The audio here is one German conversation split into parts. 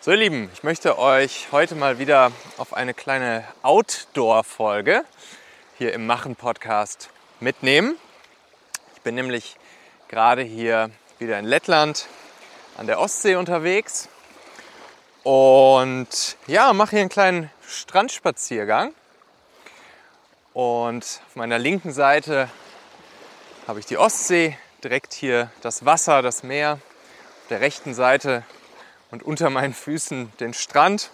So ihr Lieben, ich möchte euch heute mal wieder auf eine kleine Outdoor-Folge hier im Machen-Podcast mitnehmen. Ich bin nämlich gerade hier wieder in Lettland an der Ostsee unterwegs und ja, mache hier einen kleinen Strandspaziergang. Und auf meiner linken Seite habe ich die Ostsee, direkt hier das Wasser, das Meer. Auf der rechten Seite und unter meinen Füßen den Strand.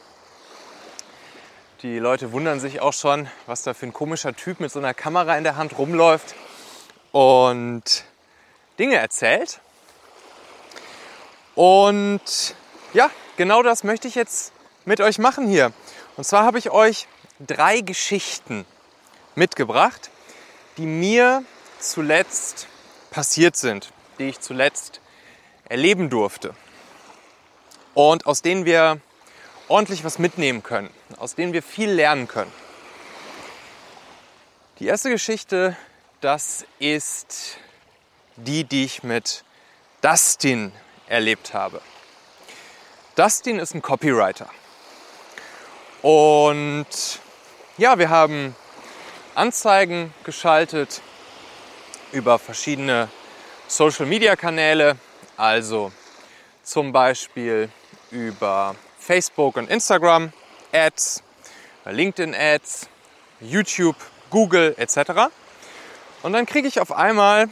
Die Leute wundern sich auch schon, was da für ein komischer Typ mit so einer Kamera in der Hand rumläuft und Dinge erzählt. Und ja, genau das möchte ich jetzt mit euch machen hier. Und zwar habe ich euch 3 Geschichten mitgebracht, die mir zuletzt passiert sind, die ich zuletzt erleben durfte. Und aus denen wir ordentlich was mitnehmen können, aus denen wir viel lernen können. Die erste Geschichte, das ist die ich mit Dustin erlebt habe. Dustin ist ein Copywriter. Und ja, wir haben Anzeigen geschaltet über verschiedene Social-Media-Kanäle, also zum Beispiel über Facebook und Instagram Ads, LinkedIn Ads, YouTube, Google etc. Und dann kriege ich auf einmal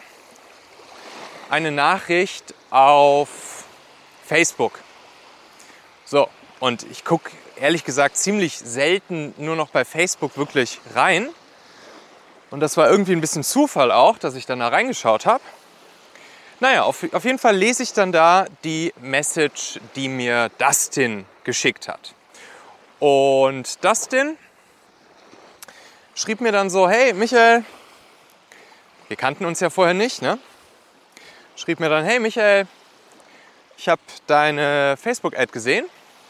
eine Nachricht auf Facebook. So, und ich gucke ehrlich gesagt ziemlich selten nur noch bei Facebook wirklich rein. Und das war irgendwie ein bisschen Zufall auch, dass ich dann da reingeschaut habe. Naja, auf jeden Fall lese ich dann da die Message, die mir Dustin geschickt hat. Und Dustin schrieb mir dann so, hey Michael, wir kannten uns ja vorher nicht, ne? Schrieb mir dann, hey Michael, ich habe deine Facebook-Ad gesehen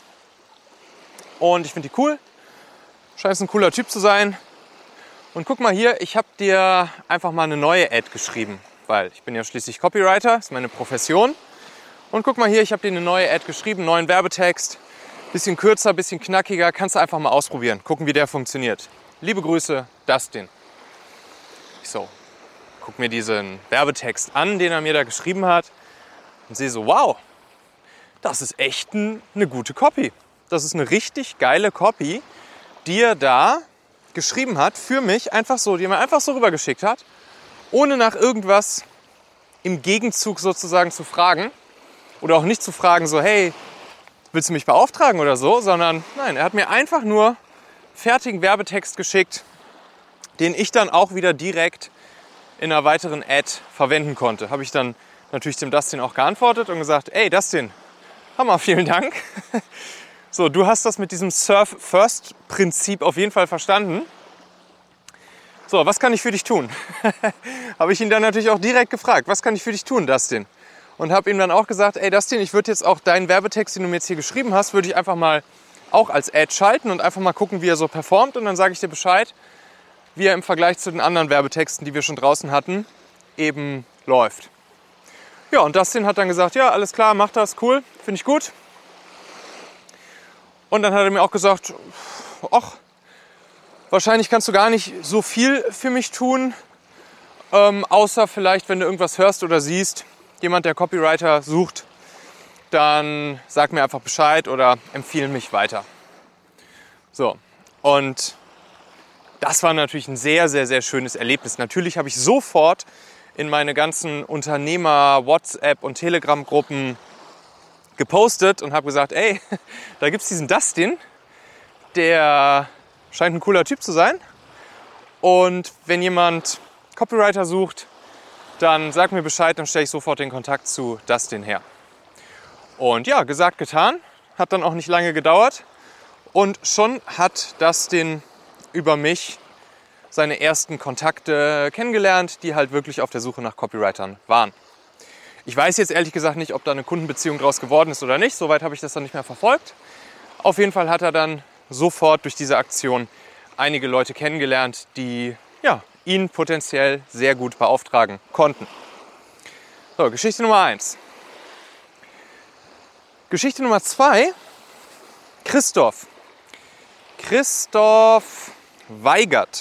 und ich finde die cool, scheinst ein cooler Typ zu sein. Und guck mal hier, ich habe dir einfach mal eine neue Ad geschrieben. Weil ich bin ja schließlich Copywriter, ist meine Profession. Und guck mal hier, ich habe dir eine neue Ad geschrieben, einen neuen Werbetext. Bisschen kürzer, bisschen knackiger, kannst du einfach mal ausprobieren. Gucken, wie der funktioniert. Liebe Grüße, Dustin. Ich so, guck mir diesen Werbetext an, den er mir da geschrieben hat. Und sehe so, wow, das ist echt eine gute Copy. Das ist eine richtig geile Copy, die er da geschrieben hat für mich, einfach so, die er mir einfach so rübergeschickt hat. Ohne nach irgendwas im Gegenzug sozusagen zu fragen oder auch nicht zu fragen, so hey, willst du mich beauftragen oder so, sondern nein, er hat mir einfach nur fertigen Werbetext geschickt, den ich dann auch wieder direkt in einer weiteren Ad verwenden konnte. Habe ich dann natürlich dem Dustin auch geantwortet und gesagt, ey Dustin, Hammer, vielen Dank. So, du hast das mit diesem Serve-First-Prinzip auf jeden Fall verstanden. So, was kann ich für dich tun? Habe ich ihn dann natürlich auch direkt gefragt, was kann ich für dich tun, Dustin? Und habe ihm dann auch gesagt, ey Dustin, ich würde jetzt auch deinen Werbetext, den du mir jetzt hier geschrieben hast, würde ich einfach mal auch als Ad schalten und einfach mal gucken, wie er so performt. Und dann sage ich dir Bescheid, wie er im Vergleich zu den anderen Werbetexten, die wir schon draußen hatten, eben läuft. Ja, und Dustin hat dann gesagt, ja, alles klar, mach das, cool, finde ich gut. Und dann hat er mir auch gesagt, ach, wahrscheinlich kannst du gar nicht so viel für mich tun, außer vielleicht, wenn du irgendwas hörst oder siehst, jemand, der Copywriter sucht, dann sag mir einfach Bescheid oder empfehle mich weiter. So, und das war natürlich ein sehr, sehr, sehr schönes Erlebnis. Natürlich habe ich sofort in meine ganzen Unternehmer-WhatsApp- und Telegram-Gruppen gepostet und habe gesagt, ey, da gibt es diesen Dustin, der scheint ein cooler Typ zu sein. Und wenn jemand Copywriter sucht, dann sag mir Bescheid, dann stelle ich sofort den Kontakt zu Dustin her. Und ja, gesagt, getan. Hat dann auch nicht lange gedauert. Und schon hat Dustin über mich seine ersten Kontakte kennengelernt, die halt wirklich auf der Suche nach Copywritern waren. Ich weiß jetzt ehrlich gesagt nicht, ob da eine Kundenbeziehung draus geworden ist oder nicht. Soweit habe ich das dann nicht mehr verfolgt. Auf jeden Fall hat er dann sofort durch diese Aktion einige Leute kennengelernt, die ja, ihn potenziell sehr gut beauftragen konnten. So, Geschichte Nummer 1. Geschichte Nummer 2 Christoph Weigert.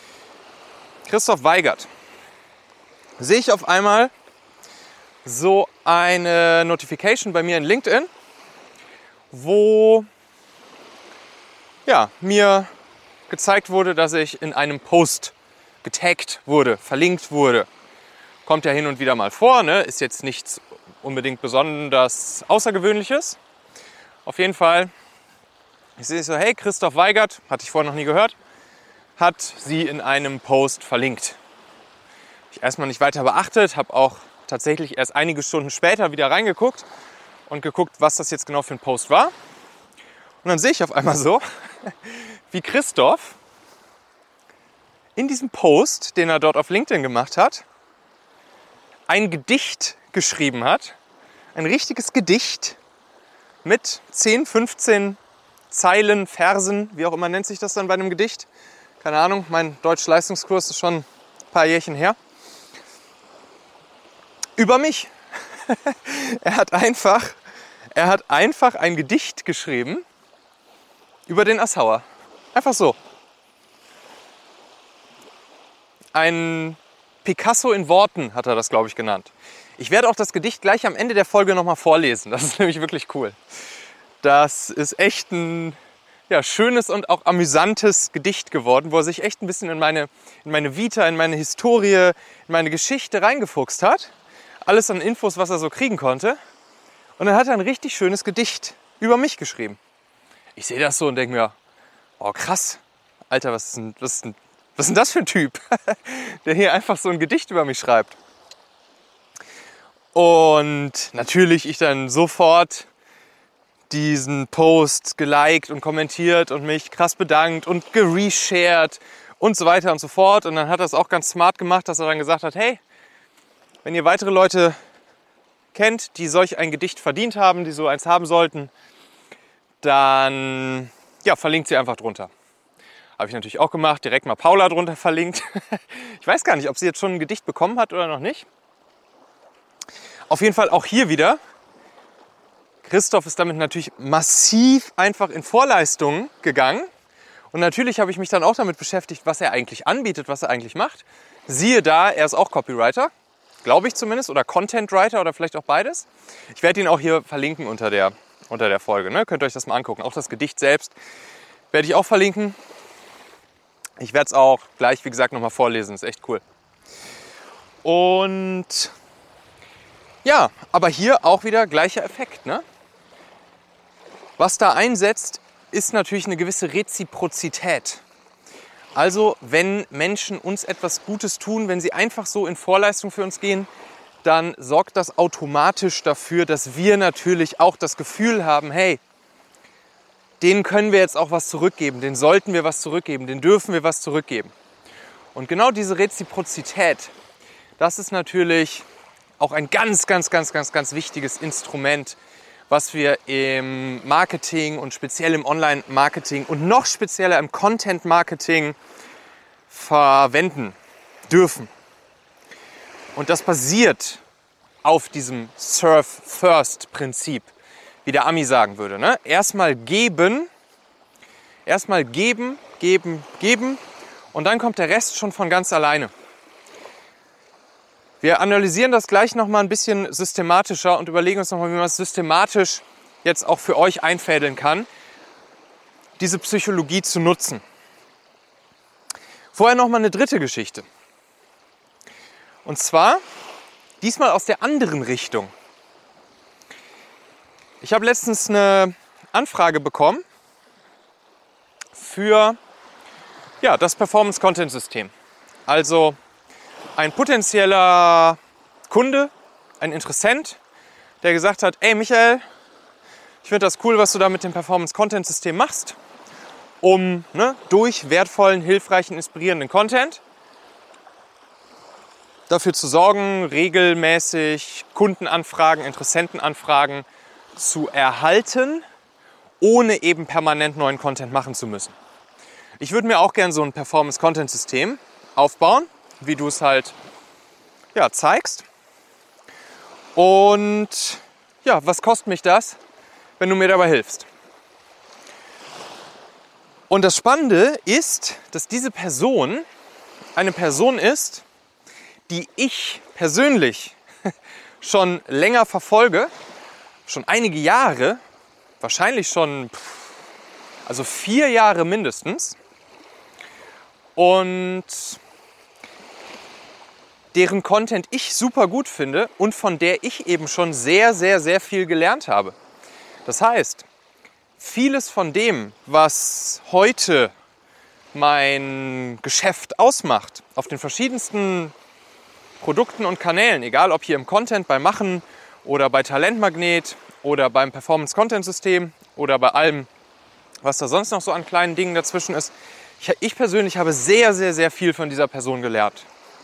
Sehe ich auf einmal so eine Notification bei mir in LinkedIn, wo mir gezeigt wurde, dass ich in einem Post getaggt wurde, verlinkt wurde. Kommt ja hin und wieder mal vor, ne? Ist jetzt nichts unbedingt besonders Außergewöhnliches. Auf jeden Fall, ich sehe so, hey, Christoph Weigert, hatte ich vorher noch nie gehört, hat sie in einem Post verlinkt. Ich erstmal nicht weiter beachtet, habe auch tatsächlich erst einige Stunden später wieder reingeguckt und geguckt, was das jetzt genau für ein Post war. Und dann sehe ich auf einmal so, wie Christoph in diesem Post, den er dort auf LinkedIn gemacht hat, ein Gedicht geschrieben hat. Ein richtiges Gedicht mit 10, 15 Zeilen, Versen, wie auch immer nennt sich das dann bei einem Gedicht. Keine Ahnung, mein Deutsch-Leistungskurs ist schon ein paar Jährchen her. Über mich. Er hat einfach ein Gedicht geschrieben über den Assauer. Einfach so. Ein Picasso in Worten hat er das, glaube ich, genannt. Ich werde auch das Gedicht gleich am Ende der Folge nochmal vorlesen. Das ist nämlich wirklich cool. Das ist echt ein schönes und auch amüsantes Gedicht geworden, wo er sich echt ein bisschen in meine Vita, in meine Historie, in meine Geschichte reingefuchst hat. Alles an Infos, was er so kriegen konnte. Und dann hat er ein richtig schönes Gedicht über mich geschrieben. Ich sehe das so und denke mir, oh krass, Alter, was ist denn das für ein Typ, der hier einfach so ein Gedicht über mich schreibt. Und natürlich ich dann sofort diesen Post geliked und kommentiert und mich krass bedankt und gereshared und so weiter und so fort. Und dann hat er es auch ganz smart gemacht, dass er dann gesagt hat, hey, wenn ihr weitere Leute kennt, die solch ein Gedicht verdient haben, die so eins haben sollten, dann verlinkt sie einfach drunter. Habe ich natürlich auch gemacht, direkt mal Paula drunter verlinkt. Ich weiß gar nicht, ob sie jetzt schon ein Gedicht bekommen hat oder noch nicht. Auf jeden Fall auch hier wieder. Christoph ist damit natürlich massiv einfach in Vorleistungen gegangen. Und natürlich habe ich mich dann auch damit beschäftigt, was er eigentlich anbietet, was er eigentlich macht. Siehe da, er ist auch Copywriter, glaube ich zumindest, oder Content Writer oder vielleicht auch beides. Ich werde ihn auch hier verlinken unter der Folge. Ne? Könnt ihr euch das mal angucken. Auch das Gedicht selbst werde ich auch verlinken. Ich werde es auch gleich, wie gesagt, nochmal vorlesen. Ist echt cool. Und ja, aber hier auch wieder gleicher Effekt. Ne? Was da einsetzt, ist natürlich eine gewisse Reziprozität. Also wenn Menschen uns etwas Gutes tun, wenn sie einfach so in Vorleistung für uns gehen, dann sorgt das automatisch dafür, dass wir natürlich auch das Gefühl haben, hey, denen können wir jetzt auch was zurückgeben, denen sollten wir was zurückgeben, denen dürfen wir was zurückgeben. Und genau diese Reziprozität, das ist natürlich auch ein ganz, ganz, ganz, ganz, ganz wichtiges Instrument, was wir im Marketing und speziell im Online-Marketing und noch spezieller im Content-Marketing verwenden dürfen. Und das basiert auf diesem Serve-First-Prinzip, wie der Ami sagen würde. Ne? Erstmal geben, geben und dann kommt der Rest schon von ganz alleine. Wir analysieren das gleich nochmal ein bisschen systematischer und überlegen uns nochmal, wie man es systematisch jetzt auch für euch einfädeln kann, diese Psychologie zu nutzen. Vorher nochmal eine dritte Geschichte. Und zwar diesmal aus der anderen Richtung. Ich habe letztens eine Anfrage bekommen für das Performance-Content-System. Also ein potenzieller Kunde, ein Interessent, der gesagt hat, ey Michael, ich finde das cool, was du da mit dem Performance-Content-System machst, um durch wertvollen, hilfreichen, inspirierenden Content dafür zu sorgen, regelmäßig Kundenanfragen, Interessentenanfragen zu erhalten, ohne eben permanent neuen Content machen zu müssen. Ich würde mir auch gerne so ein Performance-Content-System aufbauen, wie du es halt zeigst. Und was kostet mich das, wenn du mir dabei hilfst? Und das Spannende ist, dass diese Person eine Person ist, die ich persönlich schon länger verfolge, schon einige Jahre, wahrscheinlich schon 4 Jahre mindestens. Und deren Content ich super gut finde und von der ich eben schon sehr, sehr, sehr viel gelernt habe. Das heißt, vieles von dem, was heute mein Geschäft ausmacht, auf den verschiedensten Produkten und Kanälen, egal ob hier im Content, beim Machen oder bei Talentmagnet oder beim Performance-Content-System oder bei allem, was da sonst noch so an kleinen Dingen dazwischen ist. Ich persönlich habe sehr, sehr, sehr viel von dieser Person gelernt.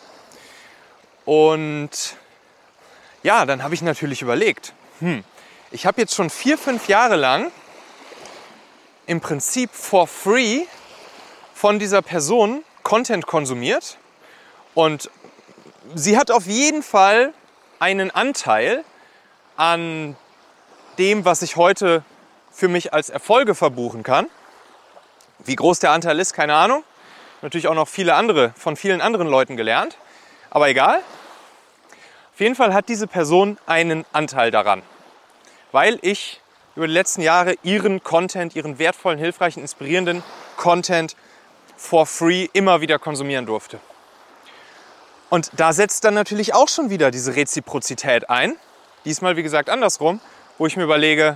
Und ja, dann habe ich natürlich überlegt, ich habe jetzt schon 4, 5 Jahre lang im Prinzip for free von dieser Person Content konsumiert und sie hat auf jeden Fall einen Anteil an dem, was ich heute für mich als Erfolge verbuchen kann. Wie groß der Anteil ist, keine Ahnung. Natürlich auch noch von vielen anderen Leuten gelernt. Aber egal. Auf jeden Fall hat diese Person einen Anteil daran. Weil ich über die letzten Jahre ihren Content, ihren wertvollen, hilfreichen, inspirierenden Content for free immer wieder konsumieren durfte. Und da setzt dann natürlich auch schon wieder diese Reziprozität ein. Diesmal, wie gesagt, andersrum, wo ich mir überlege,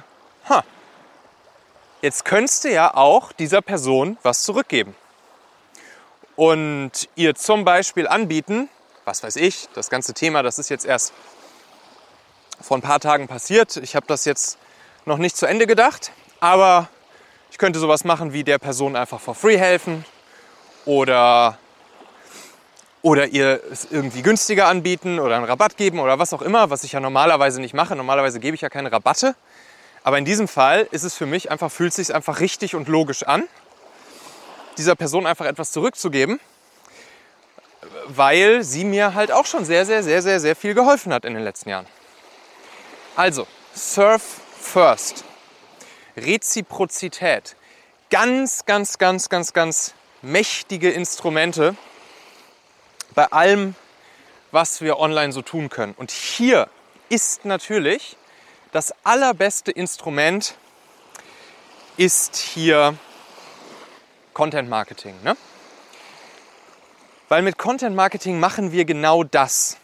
jetzt könntest du ja auch dieser Person was zurückgeben. Und ihr zum Beispiel anbieten, was weiß ich, das ganze Thema, das ist jetzt erst vor ein paar Tagen passiert. Ich habe das jetzt noch nicht zu Ende gedacht, aber ich könnte sowas machen wie der Person einfach for free helfen oder ihr es irgendwie günstiger anbieten oder einen Rabatt geben oder was auch immer, was ich ja normalerweise nicht mache. Normalerweise gebe ich ja keine Rabatte. Aber in diesem Fall ist es für mich fühlt es sich einfach richtig und logisch an, dieser Person einfach etwas zurückzugeben, weil sie mir halt auch schon sehr, sehr, sehr, sehr, sehr viel geholfen hat in den letzten Jahren. Also, Serve First. Reziprozität. Ganz, ganz, ganz, ganz, ganz mächtige Instrumente bei allem, was wir online so tun können. Und hier ist natürlich das allerbeste Instrument ist hier Content Marketing. Ne? Weil mit Content Marketing machen wir genau das.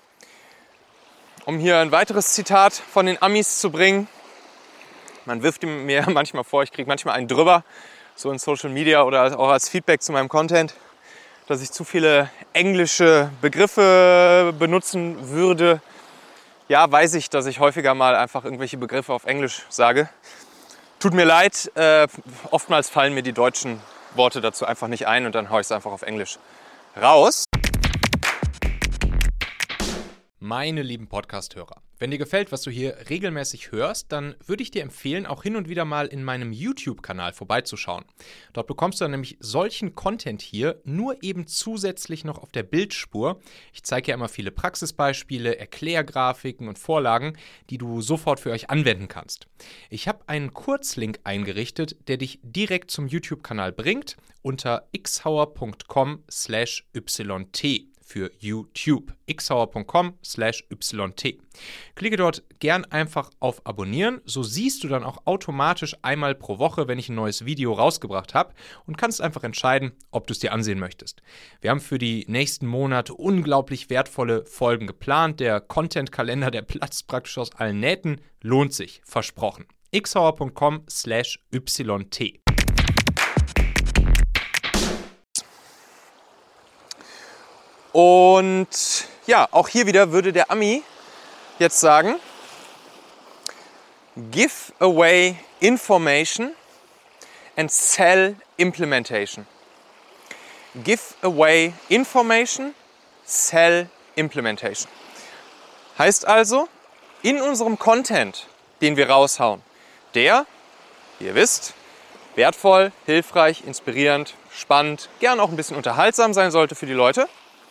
Um hier ein weiteres Zitat von den Amis zu bringen. Man wirft mir manchmal vor, ich kriege manchmal einen drüber, so in Social Media oder auch als Feedback zu meinem Content, dass ich zu viele englische Begriffe benutzen würde. Ja, weiß ich, dass ich häufiger mal einfach irgendwelche Begriffe auf Englisch sage. Tut mir leid, oftmals fallen mir die deutschen Worte dazu einfach nicht ein und dann haue ich es einfach auf Englisch raus. Meine lieben Podcast-Hörer, wenn dir gefällt, was du hier regelmäßig hörst, dann würde ich dir empfehlen, auch hin und wieder mal in meinem YouTube-Kanal vorbeizuschauen. Dort bekommst du dann nämlich solchen Content hier nur eben zusätzlich noch auf der Bildspur. Ich zeige ja immer viele Praxisbeispiele, Erklärgrafiken und Vorlagen, die du sofort für euch anwenden kannst. Ich habe einen Kurzlink eingerichtet, der dich direkt zum YouTube-Kanal bringt unter xhauer.com/yt. für YouTube. xhauer.com/yt. Klicke dort gern einfach auf Abonnieren, so siehst du dann auch automatisch einmal pro Woche, wenn ich ein neues Video rausgebracht habe und kannst einfach entscheiden, ob du es dir ansehen möchtest. Wir haben für die nächsten Monate unglaublich wertvolle Folgen geplant. Der Content-Kalender, der platzt praktisch aus allen Nähten, lohnt sich, versprochen. xhauer.com/yt. Und ja, auch hier wieder würde der Ami jetzt sagen, give away information and sell implementation. Give away information, sell implementation. Heißt also, in unserem Content, den wir raushauen, der, wie ihr wisst, wertvoll, hilfreich, inspirierend, spannend, gern auch ein bisschen unterhaltsam sein sollte für die Leute,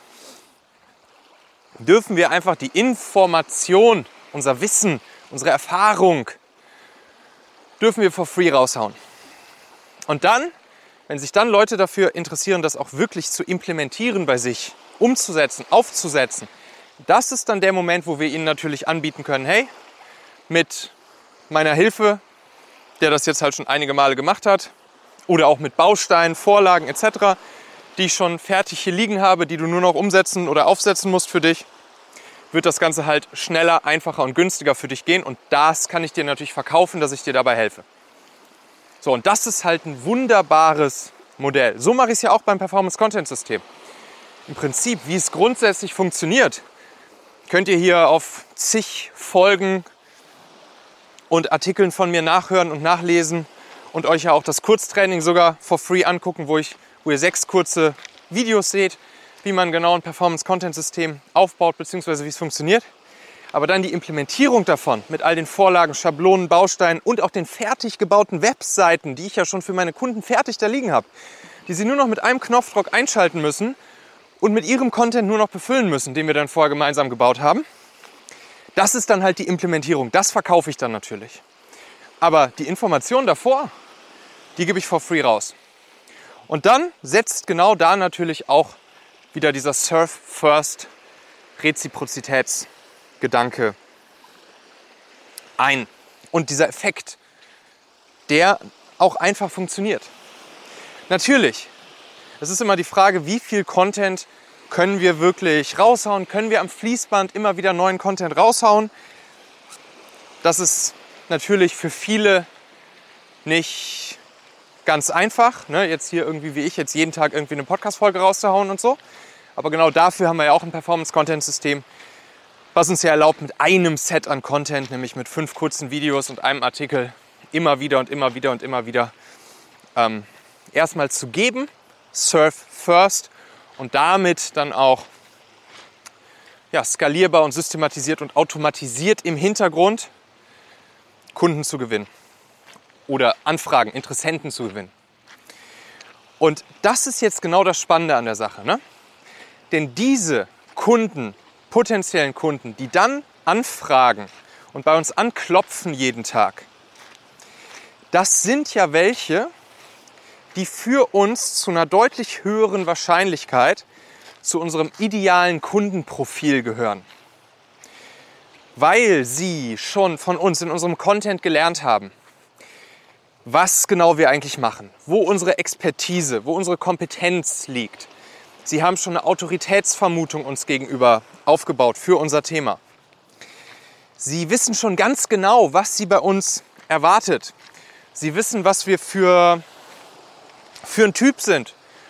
dürfen wir einfach die Information, unser Wissen, unsere Erfahrung, dürfen wir for free raushauen. Und dann wenn sich dann Leute dafür interessieren, das auch wirklich zu implementieren bei sich, umzusetzen, aufzusetzen, das ist dann der Moment, wo wir ihnen natürlich anbieten können, hey, mit meiner Hilfe, der das jetzt halt schon einige Male gemacht hat, oder auch mit Bausteinen, Vorlagen etc., die ich schon fertig hier liegen habe, die du nur noch umsetzen oder aufsetzen musst für dich, wird das Ganze halt schneller, einfacher und günstiger für dich gehen. Und das kann ich dir natürlich verkaufen, dass ich dir dabei helfe. So, und das ist halt ein wunderbares Modell. So mache ich es ja auch beim Performance-Content-System. Im Prinzip, wie es grundsätzlich funktioniert, könnt ihr hier auf zig Folgen und Artikeln von mir nachhören und nachlesen und euch ja auch das Kurztraining sogar for free angucken, wo ihr 6 kurze Videos seht, wie man genau ein Performance-Content-System aufbaut bzw. wie es funktioniert. Aber dann die Implementierung davon mit all den Vorlagen, Schablonen, Bausteinen und auch den fertig gebauten Webseiten, die ich ja schon für meine Kunden fertig da liegen habe, die sie nur noch mit einem Knopfdruck einschalten müssen und mit ihrem Content nur noch befüllen müssen, den wir dann vorher gemeinsam gebaut haben. Das ist dann halt die Implementierung. Das verkaufe ich dann natürlich. Aber die Information davor, die gebe ich for free raus. Und dann setzt genau da natürlich auch wieder dieser Serve-First-Reziprozitätsgedanke ein. Und dieser Effekt, der auch einfach funktioniert. Natürlich, es ist immer die Frage, wie viel Content können wir wirklich raushauen? Können wir am Fließband immer wieder neuen Content raushauen? Das ist natürlich für viele nicht ganz einfach, ne? Jetzt hier irgendwie wie ich, jetzt jeden Tag irgendwie eine Podcast-Folge rauszuhauen und so. Aber genau dafür haben wir ja auch ein Performance-Content-System, was uns ja erlaubt, mit einem Set an Content, nämlich mit 5 kurzen Videos und einem Artikel, immer wieder erstmal zu geben, Serve First, und damit dann auch skalierbar und systematisiert und automatisiert im Hintergrund Kunden zu gewinnen oder Anfragen, Interessenten zu gewinnen. Und das ist jetzt genau das Spannende an der Sache, ne? Denn diese Kunden, potenziellen Kunden, die dann anfragen und bei uns anklopfen jeden Tag, das sind ja welche, die für uns zu einer deutlich höheren Wahrscheinlichkeit zu unserem idealen Kundenprofil gehören. Weil sie schon von uns in unserem Content gelernt haben, was genau wir eigentlich machen, wo unsere Expertise, wo unsere Kompetenz liegt. Sie haben schon eine Autoritätsvermutung uns gegenüber aufgebaut für unser Thema. Sie wissen schon ganz genau, was sie bei uns erwartet. Sie wissen, was wir für ein Typ sind,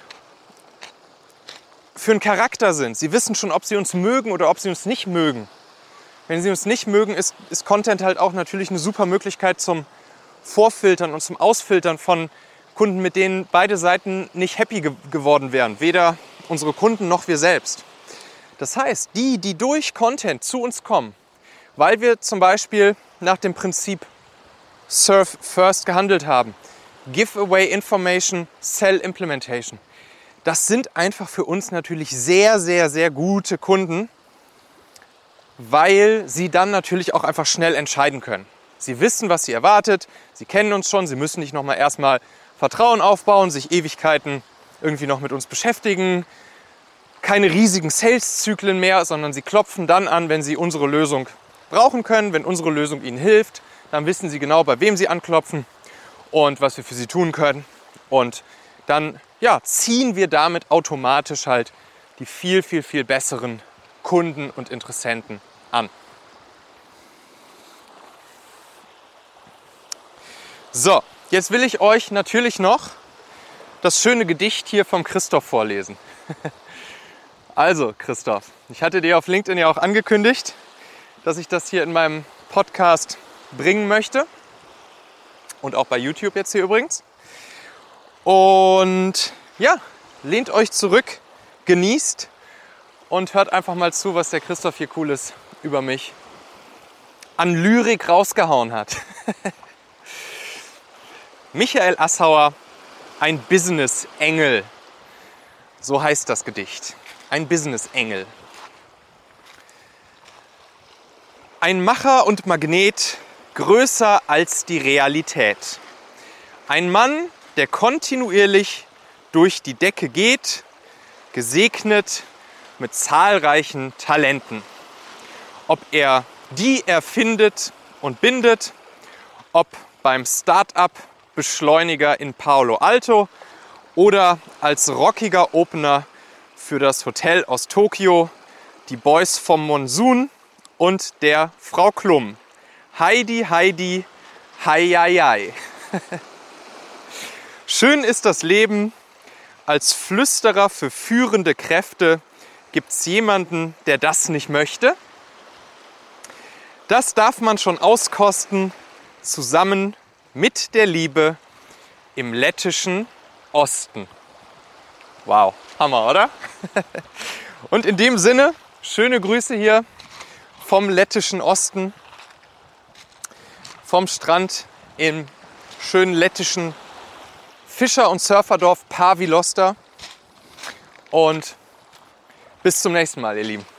für einen Charakter sind. Sie wissen schon, ob sie uns mögen oder ob sie uns nicht mögen. Wenn sie uns nicht mögen, ist Content halt auch natürlich eine super Möglichkeit zum Vorfiltern und zum Ausfiltern von Kunden, mit denen beide Seiten nicht happy geworden wären. Weder unsere Kunden noch wir selbst. Das heißt, die durch Content zu uns kommen, weil wir zum Beispiel nach dem Prinzip Serve First gehandelt haben, Give away information, sell implementation. Das sind einfach für uns natürlich sehr, sehr, sehr gute Kunden, weil sie dann natürlich auch einfach schnell entscheiden können. Sie wissen, was sie erwartet, sie kennen uns schon, sie müssen nicht nochmal erstmal Vertrauen aufbauen, sich Ewigkeiten irgendwie noch mit uns beschäftigen. Keine riesigen Sales-Zyklen mehr, sondern sie klopfen dann an, wenn sie unsere Lösung brauchen können, wenn unsere Lösung ihnen hilft. Dann wissen sie genau, bei wem sie anklopfen und was wir für sie tun können. Und dann ziehen wir damit automatisch halt die viel, viel, viel besseren Kunden und Interessenten an. So, jetzt will ich euch natürlich noch das schöne Gedicht hier vom Christoph vorlesen. Also, Christoph, ich hatte dir auf LinkedIn ja auch angekündigt, dass ich das hier in meinem Podcast bringen möchte. Und auch bei YouTube jetzt hier übrigens. Und lehnt euch zurück, genießt und hört einfach mal zu, was der Christoph hier Cooles über mich an Lyrik rausgehauen hat. Michael Assauer, ein Business-Engel. So heißt das Gedicht. Ein Business-Engel. Ein Macher und Magnet größer als die Realität. Ein Mann, der kontinuierlich durch die Decke geht, gesegnet mit zahlreichen Talenten. Ob er die erfindet und bindet, ob beim Start-up-Beschleuniger in Palo Alto oder als rockiger Opener für das Hotel aus Tokio, die Boys vom Monsun und der Frau Klum. Heidi, Heidi, hei, hei, hei. Schön ist das Leben. Als Flüsterer für führende Kräfte gibt's jemanden, der das nicht möchte. Das darf man schon auskosten, zusammen mit der Liebe im lettischen Osten. Wow, Hammer, oder? Und in dem Sinne, schöne Grüße hier vom lettischen Osten, vom Strand im schönen lettischen Fischer- und Surferdorf Pavilosta. Und bis zum nächsten Mal, ihr Lieben.